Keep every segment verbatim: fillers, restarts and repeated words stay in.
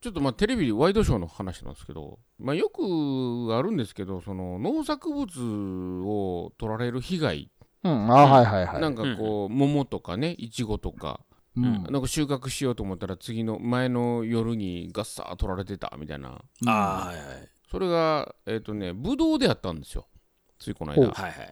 ちょっとまあテレビワイドショーの話なんですけど、まあ、よくあるんですけど、その農作物を取られる被害、 うん、あ、はいはいはい。 なんかこう、うん、桃とかね、いちごとか、うん、なんか収穫しようと思ったら次の前の夜にガッサー取られてたみたいな、うん、 あ、はいはい、 それがえっ、ー、とねブドウであったんですよ、ついこの間。はいはい、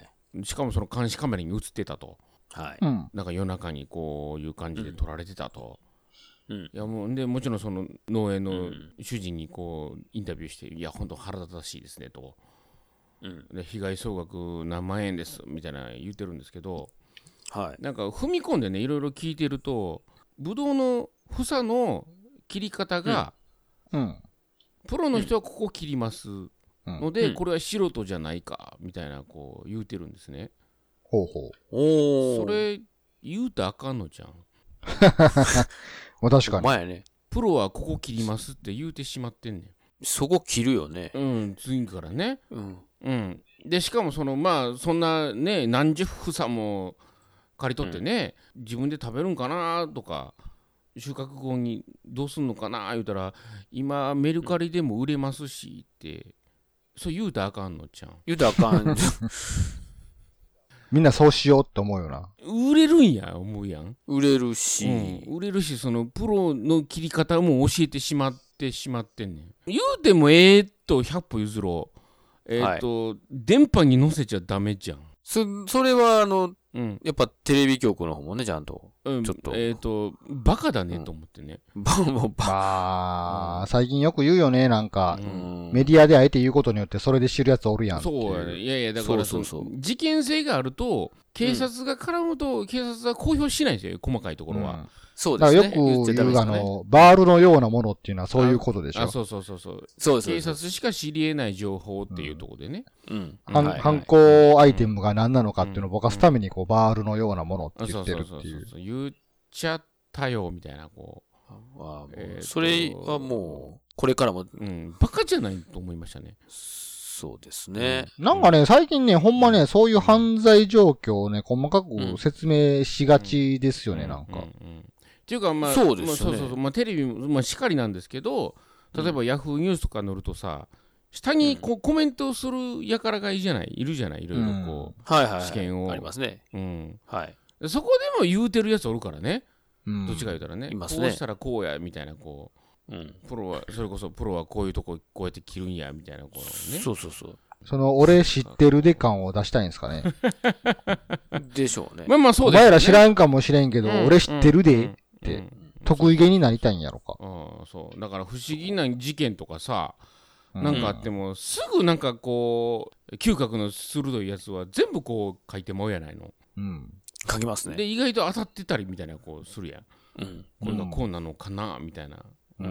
しかもその監視カメラに映ってたと、はい、なんか夜中にこういう感じで取られてたと、うん、いやもうでもちろんその農園の主人にこうインタビューして、いや本当腹立たしいですねと、うん、で被害総額何万円ですみたいな言ってるんですけど、はい、なんか踏み込んでねいろいろ聞いてると、ブドウの房の切り方が、うんうん、プロの人はここ切りますので、うん、これは素人じゃないかみたいなこう言うてるんですね。 ほうほう。 おそれ言うたらあかんのじゃん。 まあ確かに。 前ね。 プロはここ切りますって言うてしまってんねん。 そこ切るよね。 うん、次からね。うん。うん。でしかもそのまあそんなね何十房も借り取ってね、うん、自分で食べるんかなとか、収穫後にどうすんのかな言うたら、今メルカリでも売れますしって、そう言うたらあかんのちゃん。 言うたらあかん。 みんなそうしようって思うよな。 売れるんや思うやん。 売れるし、 うん、売れるし、そのプロの切り方も教えてしまってしまってんねん。言うてもええとひゃっぽ譲ろう。えっ、ー、と、はい、電波に乗せちゃダメじゃん。 そ, それはあの、うん、やっぱテレビ局の方もねちゃんと、うん、ちょっとえっ、ー、とバカだねと思ってね。 うん、バババまあ、うん、最近よく言うよね、なんか、うん、メディアであえて言うことによってそれで知るやつおるやんっていう。 そうやね。いやいやだからそうそうそう、事件性があると警察が絡むと、うん、警察は公表しないんですよ、細かいところは。うん、 そうですね。 だからよく言う、あの、バールのようなものっていうのはそういうことでしょ。 あ、そうそうそうそう。 そうです。 警察しか知り得ない情報っていうところでね。 うん。うん、犯行アイテムが何なのかっていうのをぼかすために、こう、バールのようなものって言ってるっていう。 言っちゃったよ、みたいな、こう。 あえー、それはもう、これからも、 うん、バカじゃないと思いましたね。 そうですね。 なんかね、最近ね、ほんまね、そういう犯罪状況をね、細かく説明しがちですよね、なんか。 っていうか、まあ、 そうですね。 そうそうそう、まあ、テレビも、まあ、しかりなんですけど、例えばヤフーニュースとか載るとさ、下にこう、うん、コメントをする輩がいいじゃない、いるじゃない、いろいろこう、 うん、はいはい、 試験を。 ありますね。 うん。 はい。 そこでも言うてるやつおるからね。うん、どっちか言うたらね。 いますね。 こうしたらこうや、みたいな、こう、うん、プロは、それこそプロはこういうとここうやって切るんや、みたいな、こうね。 そうそうそう。 その、俺知ってるで感を出したいんですかね。 でしょうね。 まあまあそうですね。お前ら知らんかもしれんけど、うん、俺知ってるでって、うん、得意げになりたいんやろか。 うん、そう。だから不思議な事件とかさ、なんかあっても、すぐなんかこう、嗅覚の鋭いやつは全部こう書いてもうやないの。 うん。書きますね。 で、意外と当たってたりみたいなこうするやん。うん。これがこうなのかなみたいな。うん。うん、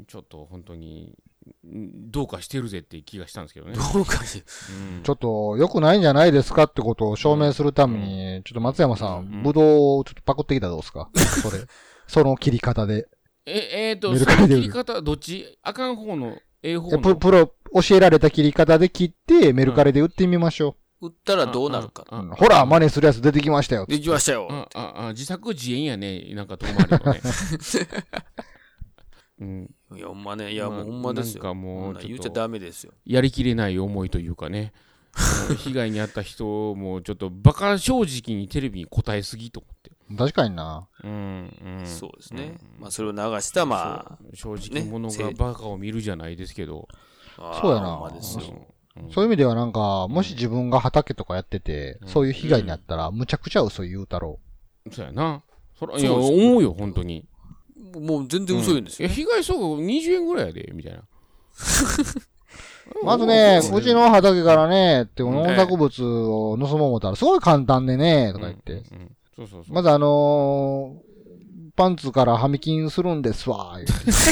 ちょっと本当に、どうかしてるぜって気がしたんですけどね。 どうかして、 うん、ちょっと良くないんじゃないですかってことを証明するために、うん、ちょっと松山さん、うん、ブドウをちょっとパクってきたらどうですかそれ。その切り方で。 え、えーと、その切り方、どっちあかん方の、ええ方の。 プ, プロ、教えられた切り方で切って、メルカリで売ってみましょう。売ったらどうなるか。 うん、ほら、真似するやつ出てきましたよ。 出てきましたよ。 あああ自作自演やね。なんか遠回りのね。 うん、いやほんまね、いやもうほんまですよ。 なんかもう言っちゃダメですよ。 やりきれない思いというかね、被害に遭った人もちょっとバカ正直にテレビに答えすぎと思って。 確かにな。 うんうん。 そうですね。うん、まあそれを流したまあ正直者がバカを見るじゃないですけど。 そうやな。ですよ。そういう意味ではなんか、もし自分が畑とかやってて、うん、そういう被害に遭ったら、むちゃくちゃ嘘言うたろう。そうやな。そらいや思うよ本当に。 もう全然嘘言うんですよ、 ね。うん、いや被害総額にじゅうえんぐらいやでみたいな。 まずね、うちの畑からね、って農作物を盗もう思ったらすごい簡単でね、とか言って。まずあのー、パンツからハミキンするんですわ、言って。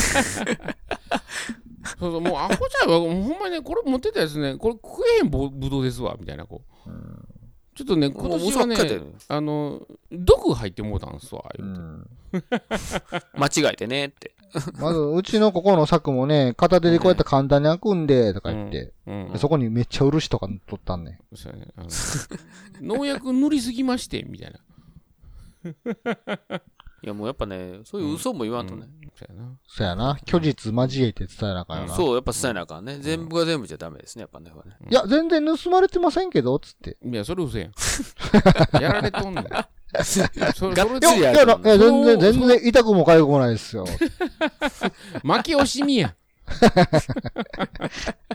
そうそう、もうアホちゃうわ。ほんまにね、これ持ってたやつね、これ食えへんぶどうですわ、みたいな、こう。うんちょっとね、今年はね、あの、毒入ってもうたんすわ、言うて。うん、 間違えてねって。 まず、うちのここの柵もね、片手でこうやって簡単に開くんで、とか言って、うんうん、そこにめっちゃ漆とか塗っとったんね。 そうやね。あの農薬塗りすぎまして、みたいな。 いやもうやっぱね、そういう嘘も言わんとね。 そうやな。 そうやな。虚実交えて伝えなあかんな。 そう、やっぱ伝えなあかんね。全部が全部じゃダメですね、やっぱね。 いや、全然盗まれてませんけど、つって。 いや、それ嘘やん。やられとんねん。それ、それいや、いや、全然、全然痛くも痒くもないですよ。 負け惜しみやん。